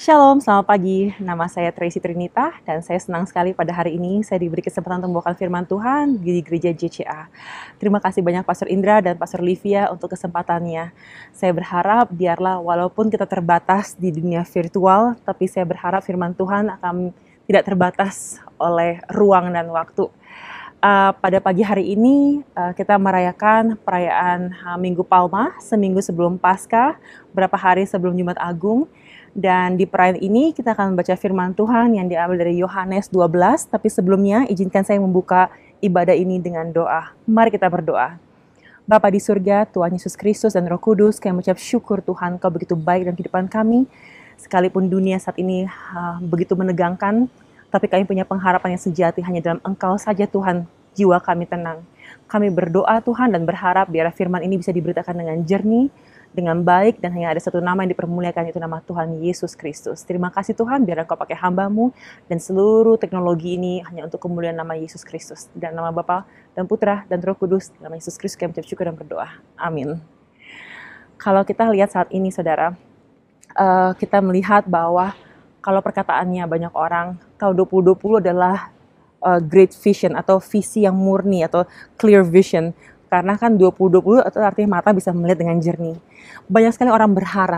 Shalom, selamat pagi. Nama saya Tracy Trinita dan saya senang sekali pada hari ini saya diberi kesempatan untuk membawakan firman Tuhan di Gereja JCA. Terima kasih banyak Pastor Indra dan Pastor Livia untuk kesempatannya. Saya berharap biarlah walaupun kita terbatas di dunia virtual, tapi saya berharap firman Tuhan akan tidak terbatas oleh ruang dan waktu. Pada pagi hari ini kita merayakan perayaan Minggu Palma, seminggu sebelum Paskah, beberapa hari sebelum Jumat Agung. Dan di perayaan ini kita akan membaca firman Tuhan yang diambil dari Yohanes 12, tapi sebelumnya izinkan saya membuka ibadah ini dengan doa. Mari kita berdoa. Bapa di surga, Tuhan Yesus Kristus dan Roh Kudus, kami mengucap syukur Tuhan, Kau begitu baik dalam kehidupan kami. Sekalipun dunia saat ini begitu menegangkan, tapi kami punya pengharapan yang sejati hanya dalam Engkau saja Tuhan, jiwa kami tenang. Kami berdoa Tuhan dan berharap biar firman ini bisa diberitakan dengan jernih, dengan baik, dan hanya ada satu nama yang dipermuliakan, yaitu nama Tuhan Yesus Kristus. Terima kasih Tuhan, biar Engkau pakai hamba-Mu, dan seluruh teknologi ini hanya untuk kemuliaan nama Yesus Kristus. Dan nama Bapa dan Putra dan Roh Kudus, nama Yesus Kristus kami mengucap syukur dan berdoa. Amin. Kalau kita lihat saat ini, saudara, kita melihat bahwa kalau perkataannya banyak orang, tahun 2020 adalah great vision atau visi yang murni atau clear vision. Karena kan 2020 itu artinya mata bisa melihat dengan jernih. Banyak sekali orang berharap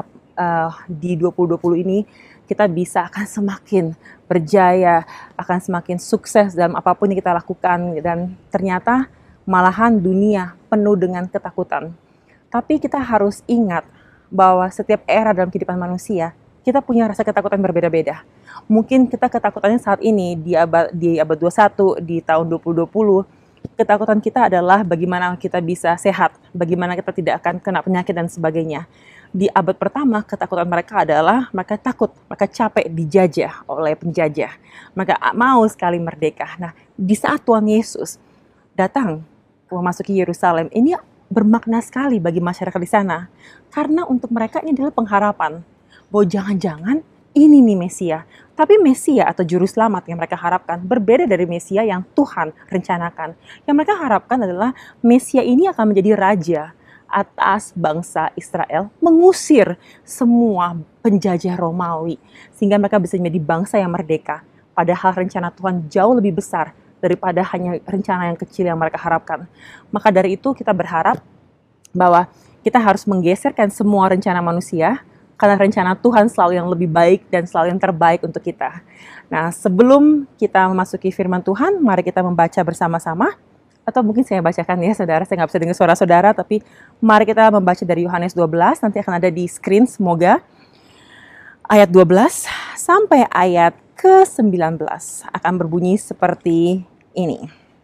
di 2020 ini kita bisa akan semakin berjaya, akan semakin sukses dalam apapun yang kita lakukan. Dan ternyata malahan dunia penuh dengan ketakutan. Tapi kita harus ingat bahwa setiap era dalam kehidupan manusia, kita punya rasa ketakutan berbeda-beda. Mungkin kita ketakutannya saat ini di abad 21, di tahun 2020, ketakutan kita adalah bagaimana kita bisa sehat, bagaimana kita tidak akan kena penyakit dan sebagainya. Di abad pertama, ketakutan mereka adalah mereka takut, mereka capek dijajah oleh penjajah. Mereka mau sekali merdeka. Nah, di saat Tuhan Yesus datang memasuki Yerusalem, ini bermakna sekali bagi masyarakat di sana. Karena untuk mereka ini adalah pengharapan. Bahwa jangan-jangan ini nih Mesia. Tapi Mesia atau Juru Selamat yang mereka harapkan berbeda dari Mesia yang Tuhan rencanakan. Yang mereka harapkan adalah Mesia ini akan menjadi raja atas bangsa Israel, mengusir semua penjajah Romawi, sehingga mereka bisa menjadi bangsa yang merdeka. Padahal rencana Tuhan jauh lebih besar daripada hanya rencana yang kecil yang mereka harapkan. Maka dari itu kita berharap bahwa kita harus menggeserkan semua rencana manusia, karena rencana Tuhan selalu yang lebih baik dan selalu yang terbaik untuk kita. Nah, sebelum kita memasuki firman Tuhan, mari kita membaca bersama-sama. Atau mungkin saya bacakan ya, saudara. Saya nggak bisa dengar suara saudara, tapi mari kita membaca dari Yohanes 12. Nanti akan ada di screen, semoga. Ayat 12 sampai ayat ke-19 akan berbunyi seperti ini.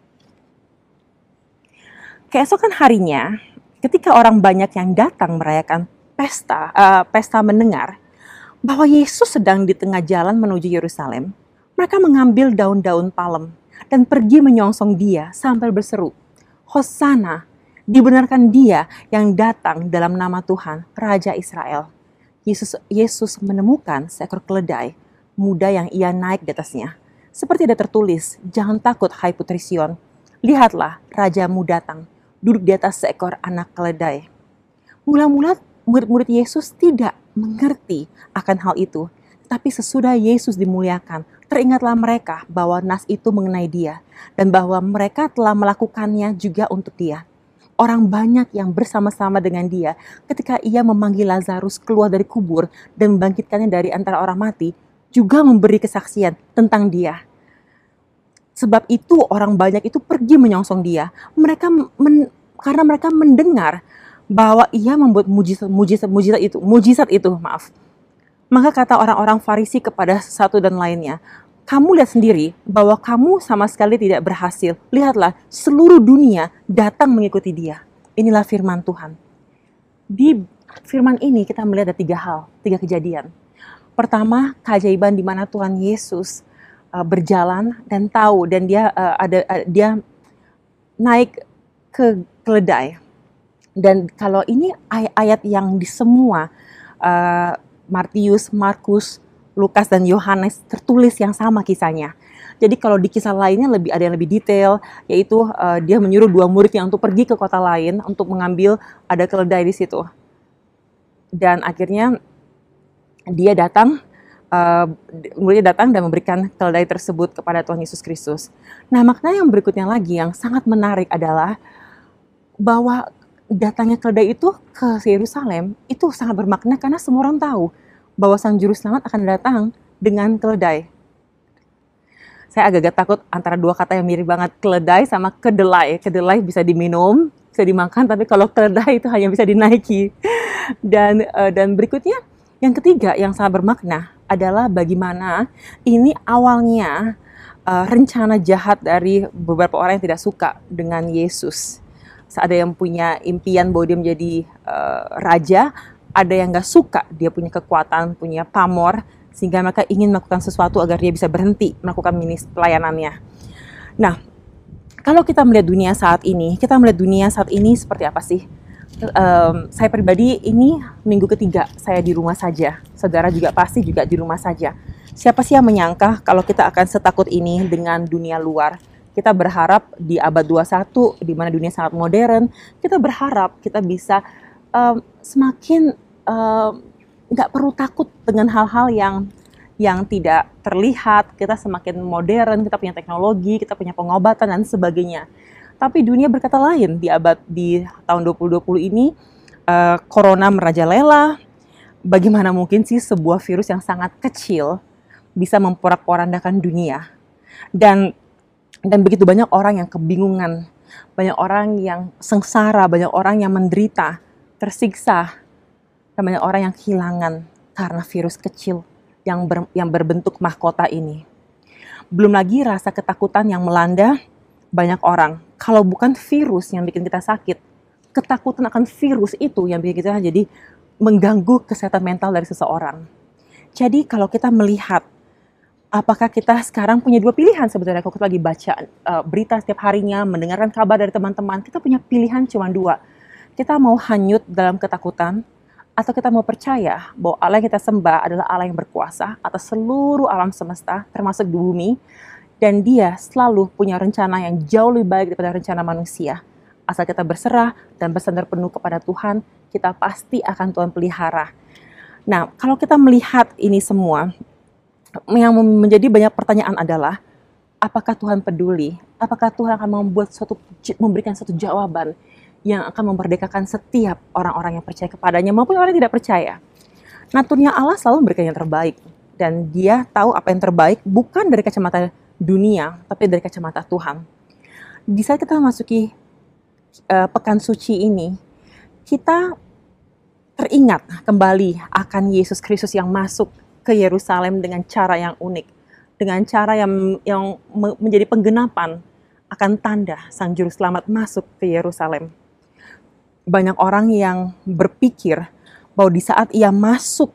Keesokan harinya, ketika orang banyak yang datang merayakan pesta mendengar bahwa Yesus sedang di tengah jalan menuju Yerusalem, mereka mengambil daun-daun palem dan pergi menyongsong dia sambil berseru, Hosana, dibenarkan dia yang datang dalam nama Tuhan, Raja Israel. Yesus menemukan seekor keledai muda yang ia naik di atasnya. Seperti ada tertulis, jangan takut hai putri Sion, lihatlah rajamu datang, duduk di atas seekor anak keledai. Mula-mula murid-murid Yesus tidak mengerti akan hal itu. Tapi sesudah Yesus dimuliakan, teringatlah mereka bahwa nas itu mengenai dia. Dan bahwa mereka telah melakukannya juga untuk dia. Orang banyak yang bersama-sama dengan dia ketika ia memanggil Lazarus keluar dari kubur dan membangkitkannya dari antara orang mati, juga memberi kesaksian tentang dia. Sebab itu orang banyak itu pergi menyongsong dia. Karena mereka mendengar bahwa ia membuat mujizat itu. Maka kata orang-orang Farisi kepada satu dan lainnya, kamu lihat sendiri bahwa kamu sama sekali tidak berhasil. Lihatlah, seluruh dunia datang mengikuti dia. Inilah firman Tuhan. Di firman ini kita melihat ada 3 kejadian. Pertama, keajaiban di mana Tuhan Yesus berjalan dan tahu, dan dia naik ke keledai. Dan kalau ini ayat yang di semua Matius, Markus, Lukas, dan Yohanes tertulis yang sama kisahnya. Jadi kalau di kisah lainnya ada yang lebih detail, yaitu dia menyuruh 2 muridnya untuk pergi ke kota lain untuk mengambil ada keledai di situ. Dan akhirnya dia datang muridnya datang dan memberikan keledai tersebut kepada Tuhan Yesus Kristus. Nah, makna yang berikutnya lagi yang sangat menarik adalah bahwa datangnya keledai itu ke Yerusalem itu sangat bermakna karena semua orang tahu bahwa Sang Juru Selamat akan datang dengan keledai. Saya agak-agak takut antara dua kata yang mirip banget, keledai sama kedelai. Kedelai bisa diminum, bisa dimakan, tapi kalau keledai itu hanya bisa dinaiki. Dan berikutnya, yang ketiga yang sangat bermakna adalah bagaimana ini awalnya rencana jahat dari beberapa orang yang tidak suka dengan Yesus. Ada yang punya impian bahwa dia menjadi raja, ada yang gak suka, dia punya kekuatan, punya pamor, sehingga mereka ingin melakukan sesuatu agar dia bisa berhenti melakukan pelayanannya. Nah, kalau kita melihat dunia saat ini, seperti apa sih? Saya pribadi ini minggu ketiga saya di rumah saja. Saudara juga pasti juga di rumah saja. Siapa sih yang menyangka kalau kita akan setakut ini dengan dunia luar? Kita berharap di abad 21, di mana dunia sangat modern, kita berharap kita bisa semakin nggak perlu takut dengan hal-hal yang tidak terlihat. Kita semakin modern, kita punya teknologi, kita punya pengobatan dan sebagainya. Tapi dunia berkata lain di tahun 2020 ini, corona merajalela. Bagaimana mungkin sih sebuah virus yang sangat kecil bisa memporak-porandakan dunia? Dan begitu banyak orang yang kebingungan, banyak orang yang sengsara, banyak orang yang menderita, tersiksa, dan banyak orang yang kehilangan karena virus kecil yang berbentuk mahkota ini. Belum lagi rasa ketakutan yang melanda banyak orang. Kalau bukan virus yang bikin kita sakit, ketakutan akan virus itu yang bikin kita jadi mengganggu kesehatan mental dari seseorang. Jadi kalau kita melihat apakah kita sekarang punya dua pilihan sebenarnya. Kalau kita lagi baca berita setiap harinya, mendengarkan kabar dari teman-teman, kita punya pilihan cuma dua. Kita mau hanyut dalam ketakutan, atau kita mau percaya bahwa Allah yang kita sembah adalah Allah yang berkuasa atas seluruh alam semesta, termasuk di bumi, dan Dia selalu punya rencana yang jauh lebih baik daripada rencana manusia. Asal kita berserah dan bersandar penuh kepada Tuhan, kita pasti akan Tuhan pelihara. Nah, kalau kita melihat ini semua, yang menjadi banyak pertanyaan adalah, apakah Tuhan peduli? Apakah Tuhan akan memberikan suatu jawaban yang akan memerdekakan setiap orang-orang yang percaya kepadanya maupun orang yang tidak percaya? Naturnya Allah selalu memberikan yang terbaik, dan Dia tahu apa yang terbaik bukan dari kacamata dunia, tapi dari kacamata Tuhan. Di saat kita memasuki pekan suci ini, kita teringat kembali akan Yesus Kristus yang masuk ke Yerusalem dengan cara yang unik, dengan cara yang menjadi penggenapan akan tanda Sang Juru Selamat masuk ke Yerusalem. Banyak orang yang berpikir bahwa di saat ia masuk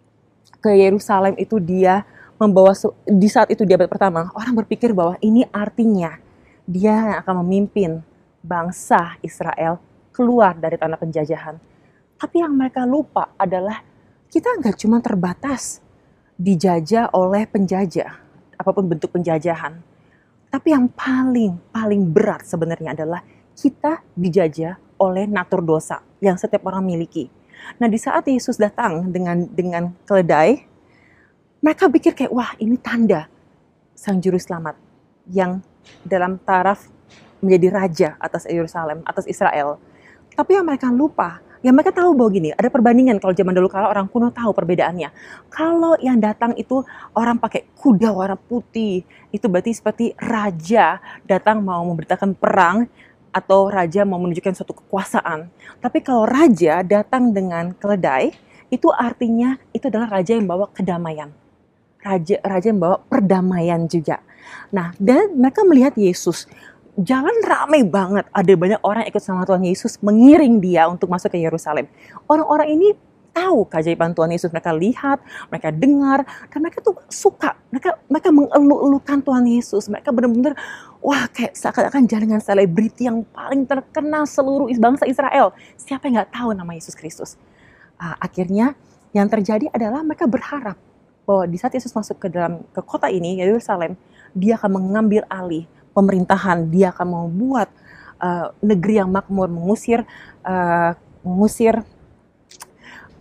ke Yerusalem itu dia membawa, di saat itu di abad pertama, orang berpikir bahwa ini artinya dia akan memimpin bangsa Israel keluar dari tanah penjajahan. Tapi yang mereka lupa adalah kita nggak cuma terbatas dijajah oleh penjajah, apapun bentuk penjajahan. Tapi yang paling berat sebenarnya adalah kita dijajah oleh natur dosa yang setiap orang miliki. Nah, di saat Yesus datang dengan keledai, mereka pikir kayak, wah, ini tanda Sang Juru Selamat yang dalam taraf menjadi raja atas Yerusalem, atas Israel. Tapi yang mereka lupa, yang mereka tahu bahwa gini, ada perbandingan kalau zaman dulu, kalau orang kuno tahu perbedaannya. Kalau yang datang itu orang pakai kuda warna putih, itu berarti seperti raja datang mau memberitakan perang, atau raja mau menunjukkan suatu kekuasaan. Tapi kalau raja datang dengan keledai, itu artinya itu adalah raja yang bawa kedamaian. Raja yang bawa perdamaian juga. Nah, dan mereka melihat Yesus, jalan ramai banget, ada banyak orang ikut sama Tuhan Yesus, mengiring dia untuk masuk ke Yerusalem. Orang-orang ini tahu keajaiban Tuhan Yesus, mereka lihat, mereka dengar, dan mereka tuh suka, mereka mengeluh-elukan Tuhan Yesus. Mereka benar-benar, wah, kayak seakan-akan jaringan selebriti yang paling terkenal seluruh bangsa Israel. Siapa yang nggak tahu nama Yesus Kristus? Akhirnya yang terjadi adalah mereka berharap bahwa di saat Yesus masuk ke kota ini, Yerusalem, dia akan mengambil alih pemerintahan, dia akan membuat negeri yang makmur, mengusir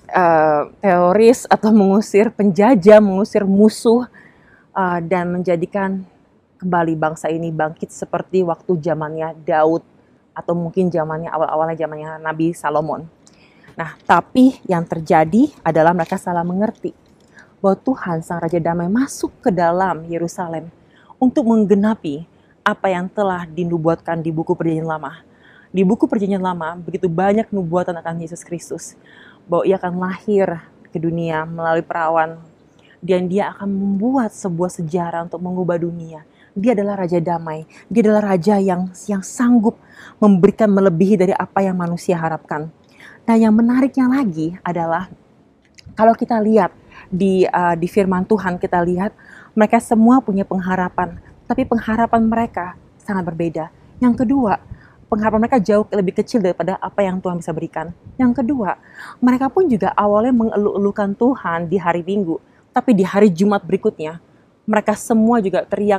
teroris atau mengusir penjajah, mengusir musuh, dan menjadikan kembali bangsa ini bangkit seperti waktu zamannya Daud atau mungkin zamannya awal-awalnya zamannya Nabi Salomon. Nah, tapi yang terjadi adalah mereka salah mengerti bahwa Tuhan Sang Raja Damai masuk ke dalam Yerusalem untuk menggenapi apa yang telah dinubuatkan di buku Perjanjian Lama. Di buku Perjanjian Lama begitu banyak nubuatan akan Yesus Kristus, bahwa ia akan lahir ke dunia melalui perawan, dan dia akan membuat sebuah sejarah untuk mengubah dunia. Dia adalah Raja Damai, dia adalah Raja yang sanggup memberikan melebihi dari apa yang manusia harapkan. Nah, yang menariknya lagi adalah kalau kita lihat di firman Tuhan, kita lihat mereka semua punya pengharapan, tapi pengharapan mereka sangat berbeda. Yang kedua, pengharapan mereka jauh lebih kecil daripada apa yang Tuhan bisa berikan. Yang kedua, mereka pun juga awalnya mengeluh-elukan Tuhan di hari Minggu, tapi di hari Jumat berikutnya, mereka semua juga teriak,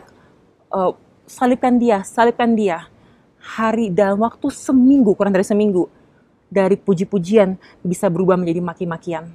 salibkan dia, salibkan dia. Hari dalam waktu seminggu, kurang dari seminggu, dari puji-pujian bisa berubah menjadi maki-makian.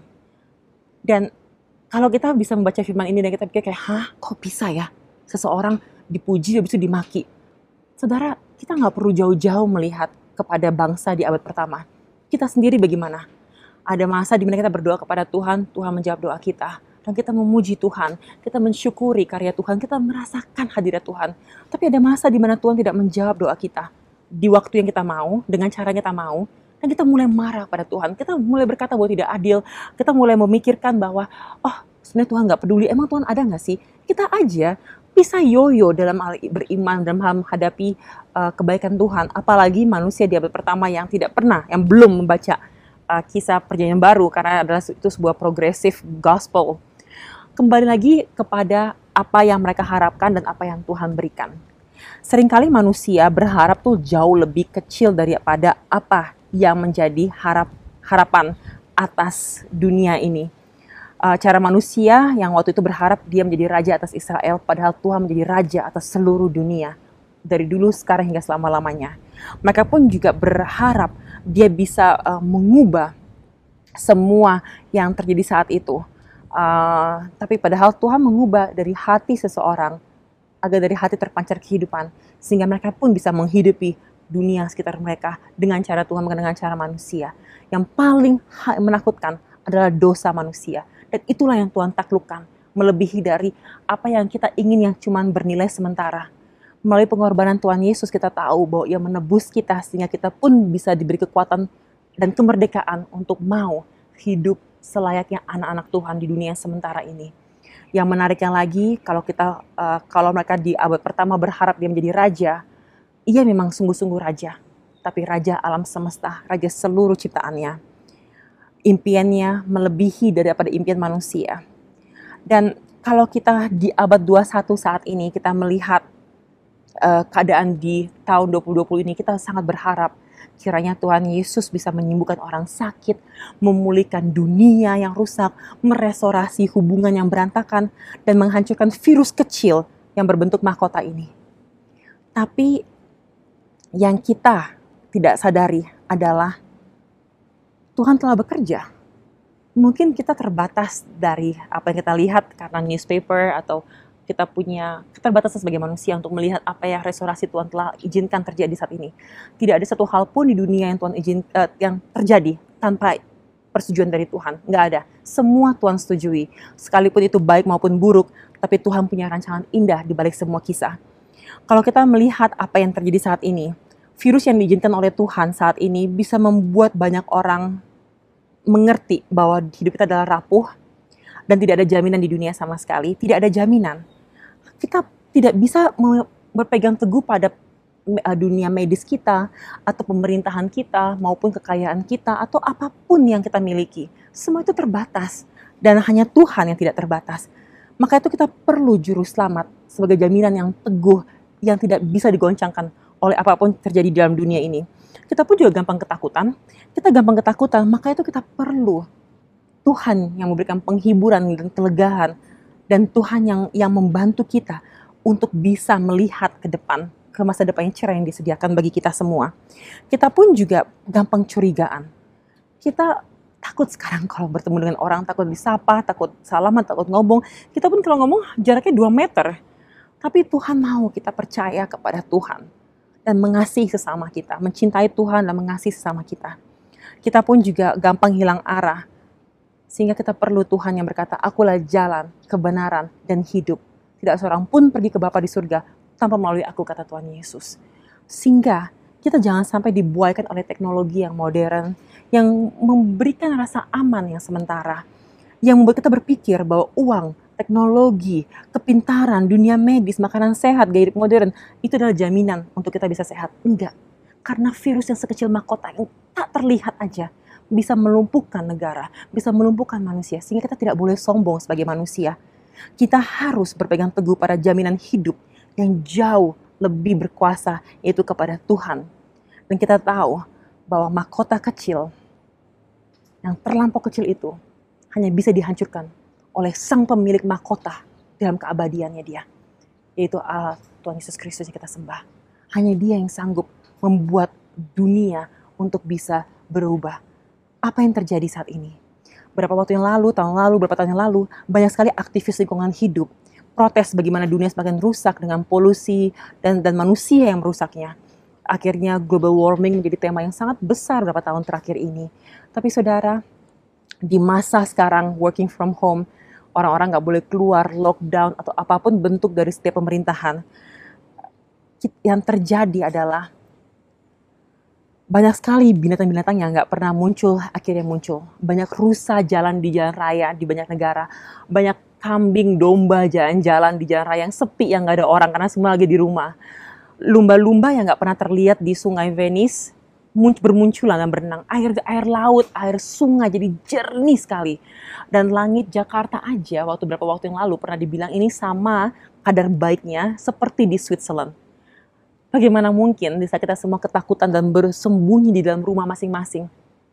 Dan kalau kita bisa membaca firman ini dan kita pikir kayak, hah, kok bisa ya seseorang dipuji habis itu dimaki? Saudara, kita nggak perlu jauh-jauh melihat kepada bangsa di abad pertama. Kita sendiri bagaimana? Ada masa di mana kita berdoa kepada Tuhan, Tuhan menjawab doa kita. Dan kita memuji Tuhan, kita mensyukuri karya Tuhan, kita merasakan hadirat Tuhan. Tapi ada masa di mana Tuhan tidak menjawab doa kita di waktu yang kita mau, dengan cara yang kita mau, dan kita mulai marah pada Tuhan. Kita mulai berkata bahwa tidak adil, kita mulai memikirkan bahwa, oh sebenarnya Tuhan nggak peduli, emang Tuhan ada nggak sih? Kita aja bisa yoyo dalam hal beriman, dalam hal menghadapi kebaikan Tuhan. Apalagi manusia di abad pertama yang tidak pernah, yang belum membaca kisah Perjanjian Baru, karena adalah itu sebuah progressive gospel. Kembali lagi kepada apa yang mereka harapkan dan apa yang Tuhan berikan. Seringkali manusia berharap tuh jauh lebih kecil daripada apa yang menjadi harapan atas dunia ini. Cara manusia yang waktu itu berharap dia menjadi raja atas Israel, padahal Tuhan menjadi raja atas seluruh dunia. Dari dulu, sekarang, hingga selama-lamanya. Mereka pun juga berharap dia bisa mengubah semua yang terjadi saat itu. Tapi padahal Tuhan mengubah dari hati seseorang, agar dari hati terpancar kehidupan, sehingga mereka pun bisa menghidupi dunia sekitar mereka dengan cara Tuhan, bukan dengan cara manusia. Yang paling menakutkan adalah dosa manusia. Dan itulah yang Tuhan taklukkan, melebihi dari apa yang kita ingin yang cuma bernilai sementara. Melalui pengorbanan Tuhan Yesus kita tahu bahwa Ia menebus kita sehingga kita pun bisa diberi kekuatan dan kemerdekaan untuk mau hidup selayaknya anak-anak Tuhan di dunia sementara ini. Yang menariknya lagi, kalau mereka di abad pertama berharap dia menjadi raja, ia memang sungguh-sungguh raja, tapi raja alam semesta, raja seluruh ciptaannya. Impiannya melebihi daripada impian manusia. Dan kalau kita di abad 21 saat ini, kita melihat keadaan di tahun 2020 ini, kita sangat berharap kiranya Tuhan Yesus bisa menyembuhkan orang sakit, memulihkan dunia yang rusak, merestorasi hubungan yang berantakan, dan menghancurkan virus kecil yang berbentuk mahkota ini. Tapi yang kita tidak sadari adalah Tuhan telah bekerja. Mungkin kita terbatas dari apa yang kita lihat karena newspaper, atau kita punya keterbatasan sebagai manusia untuk melihat apa yang restorasi Tuhan telah izinkan terjadi saat ini. Tidak ada satu hal pun di dunia yang Tuhan yang terjadi tanpa persetujuan dari Tuhan. Nggak ada. Semua Tuhan setujui. Sekalipun itu baik maupun buruk, tapi Tuhan punya rancangan indah di balik semua kisah. Kalau kita melihat apa yang terjadi saat ini, virus yang diizinkan oleh Tuhan saat ini bisa membuat banyak orang mengerti bahwa hidup kita adalah rapuh dan tidak ada jaminan di dunia sama sekali. Tidak ada jaminan. Kita tidak bisa berpegang teguh pada dunia medis kita, atau pemerintahan kita, maupun kekayaan kita, atau apapun yang kita miliki. Semua itu terbatas, dan hanya Tuhan yang tidak terbatas. Maka itu kita perlu juru selamat sebagai jaminan yang teguh, yang tidak bisa digoncangkan oleh apapun terjadi dalam dunia ini. Kita pun juga gampang ketakutan. Maka itu kita perlu Tuhan yang memberikan penghiburan dan kelegaan, dan Tuhan yang membantu kita untuk bisa melihat ke depan, ke masa depan yang cerah yang disediakan bagi kita semua. Kita pun juga gampang curigaan. Kita takut sekarang kalau bertemu dengan orang, takut disapa, takut salaman, takut ngomong. Kita pun kalau ngomong jaraknya 2 meter. Tapi Tuhan mau kita percaya kepada Tuhan dan mengasihi sesama kita, mencintai Tuhan dan mengasihi sesama kita. Kita pun juga gampang hilang arah, sehingga kita perlu Tuhan yang berkata, akulah jalan, kebenaran, dan hidup. Tidak seorang pun pergi ke Bapa di surga tanpa melalui aku, kata Tuhan Yesus. Sehingga kita jangan sampai dibuaikan oleh teknologi yang modern, yang memberikan rasa aman yang sementara, yang membuat kita berpikir bahwa uang, teknologi, kepintaran, dunia medis, makanan sehat, gaya hidup modern, itu adalah jaminan untuk kita bisa sehat. Enggak. Karena virus yang sekecil mahkota yang tak terlihat aja bisa melumpuhkan negara, bisa melumpuhkan manusia, sehingga kita tidak boleh sombong sebagai manusia. Kita harus berpegang teguh pada jaminan hidup yang jauh lebih berkuasa, yaitu kepada Tuhan. Dan kita tahu bahwa mahkota kecil, yang terlampau kecil itu, hanya bisa dihancurkan oleh sang pemilik mahkota dalam keabadiannya dia. Yaitu Allah, Tuhan Yesus Kristus yang kita sembah. Hanya dia yang sanggup membuat dunia untuk bisa berubah. Apa yang terjadi saat ini? Beberapa waktu yang lalu, tahun lalu, beberapa tahun yang lalu, banyak sekali aktivis lingkungan hidup protes bagaimana dunia semakin rusak dengan polusi dan manusia yang merusaknya. Akhirnya global warming menjadi tema yang sangat besar beberapa tahun terakhir ini. Tapi saudara, di masa sekarang working from home, orang-orang nggak boleh keluar, lockdown, atau apapun bentuk dari setiap pemerintahan, yang terjadi adalah banyak sekali binatang-binatang yang nggak pernah muncul, akhirnya muncul. Banyak rusa jalan di jalan raya di banyak negara. Banyak kambing, domba jalan-jalan di jalan raya yang sepi, yang nggak ada orang karena semua lagi di rumah. Lumba-lumba yang nggak pernah terlihat di sungai Venice bermunculan dan berenang. Air laut, air sungai jadi jernih sekali. Dan langit Jakarta aja beberapa waktu yang lalu pernah dibilang ini sama kadar baiknya seperti di Switzerland. Bagaimana mungkin bisa kita semua ketakutan dan bersembunyi di dalam rumah masing-masing?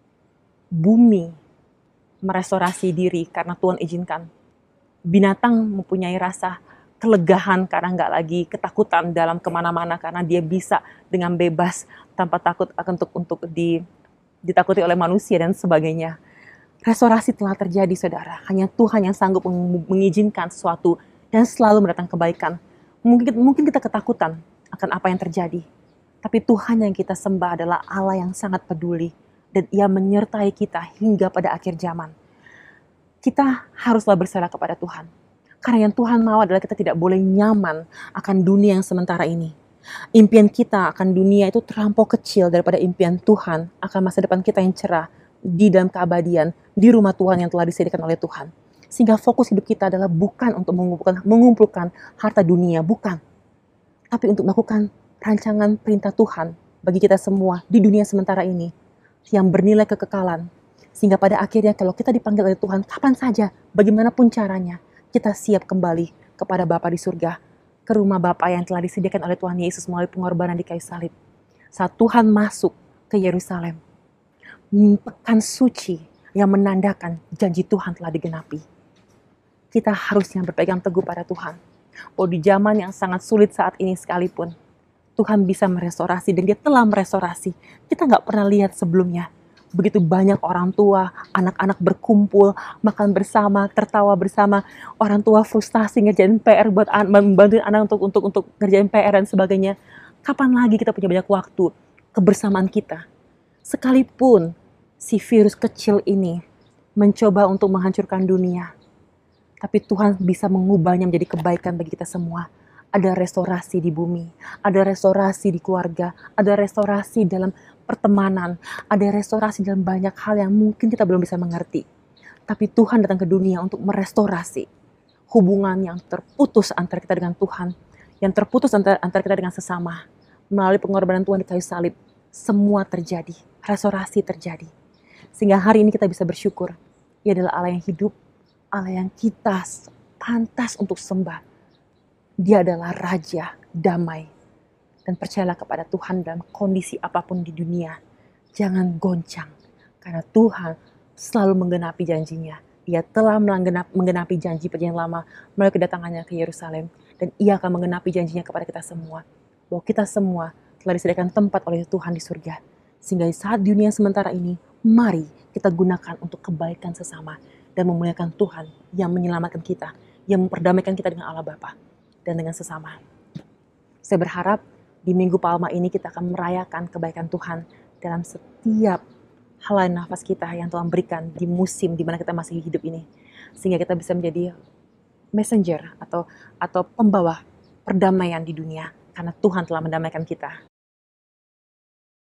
Bumi merestorasi diri karena Tuhan izinkan. Binatang mempunyai rasa kelegahan karena nggak lagi ketakutan dalam kemana-mana karena dia bisa dengan bebas tanpa takut untuk ditakuti oleh manusia dan sebagainya. Restorasi telah terjadi, saudara. Hanya Tuhan yang sanggup mengizinkan sesuatu dan selalu mendatangkan kebaikan. Mungkin kita ketakutan akan apa yang terjadi. Tapi Tuhan yang kita sembah adalah Allah yang sangat peduli. Dan Ia menyertai kita hingga pada akhir zaman. Kita haruslah berserah kepada Tuhan. Karena yang Tuhan mau adalah kita tidak boleh nyaman akan dunia yang sementara ini. Impian kita akan dunia itu terlampau kecil daripada impian Tuhan akan masa depan kita yang cerah di dalam keabadian, di rumah Tuhan yang telah disediakan oleh Tuhan. Sehingga fokus hidup kita adalah bukan untuk mengumpulkan harta dunia, bukan. Tapi untuk melakukan rancangan perintah Tuhan bagi kita semua di dunia sementara ini yang bernilai kekekalan. Sehingga pada akhirnya kalau kita dipanggil oleh Tuhan, kapan saja, bagaimanapun caranya, kita siap kembali kepada Bapa di surga, ke rumah Bapa yang telah disediakan oleh Tuhan Yesus melalui pengorbanan di kayu salib. Saat Tuhan masuk ke Yerusalem, pekan suci yang menandakan janji Tuhan telah digenapi. Kita harusnya berpegang teguh pada Tuhan. Bahwa di zaman yang sangat sulit saat ini sekalipun, Tuhan bisa merestorasi dan Dia telah merestorasi. Kita nggak pernah lihat sebelumnya. Begitu banyak orang tua, anak-anak berkumpul, makan bersama, tertawa bersama. Orang tua frustasi ngerjain PR buat membantu anak untuk ngerjain PR dan sebagainya. Kapan lagi kita punya banyak waktu kebersamaan kita? Sekalipun si virus kecil ini mencoba untuk menghancurkan dunia, tapi Tuhan bisa mengubahnya menjadi kebaikan bagi kita semua. Ada restorasi di bumi, ada restorasi di keluarga, ada restorasi dalam pertemanan, ada restorasi dalam banyak hal yang mungkin kita belum bisa mengerti. Tapi Tuhan datang ke dunia untuk merestorasi hubungan yang terputus antara kita dengan Tuhan, yang terputus antara kita dengan sesama. Melalui pengorbanan Tuhan di kayu salib, semua terjadi, restorasi terjadi. Sehingga hari ini kita bisa bersyukur, Ia adalah Allah yang hidup, Allah yang kita pantas untuk sembah. Dia adalah Raja damai. Dan percayalah kepada Tuhan dalam kondisi apapun di dunia. Jangan goncang. Karena Tuhan selalu menggenapi janjinya. Ia telah menggenapi janji perjanjian lama melalui kedatangannya ke Yerusalem. Dan Ia akan menggenapi janjinya kepada kita semua. Bahwa kita semua telah disediakan tempat oleh Tuhan di surga. Sehingga di saat dunia sementara ini Mari kita gunakan untuk kebaikan sesama dan memuliakan Tuhan yang menyelamatkan kita, yang memperdamaikan kita dengan Allah Bapa dan dengan sesama. Saya berharap di Minggu Palma ini kita akan merayakan kebaikan Tuhan dalam setiap helai nafas kita yang Tuhan berikan di musim di mana kita masih hidup ini. Sehingga kita bisa menjadi messenger atau pembawa perdamaian di dunia karena Tuhan telah mendamaikan kita.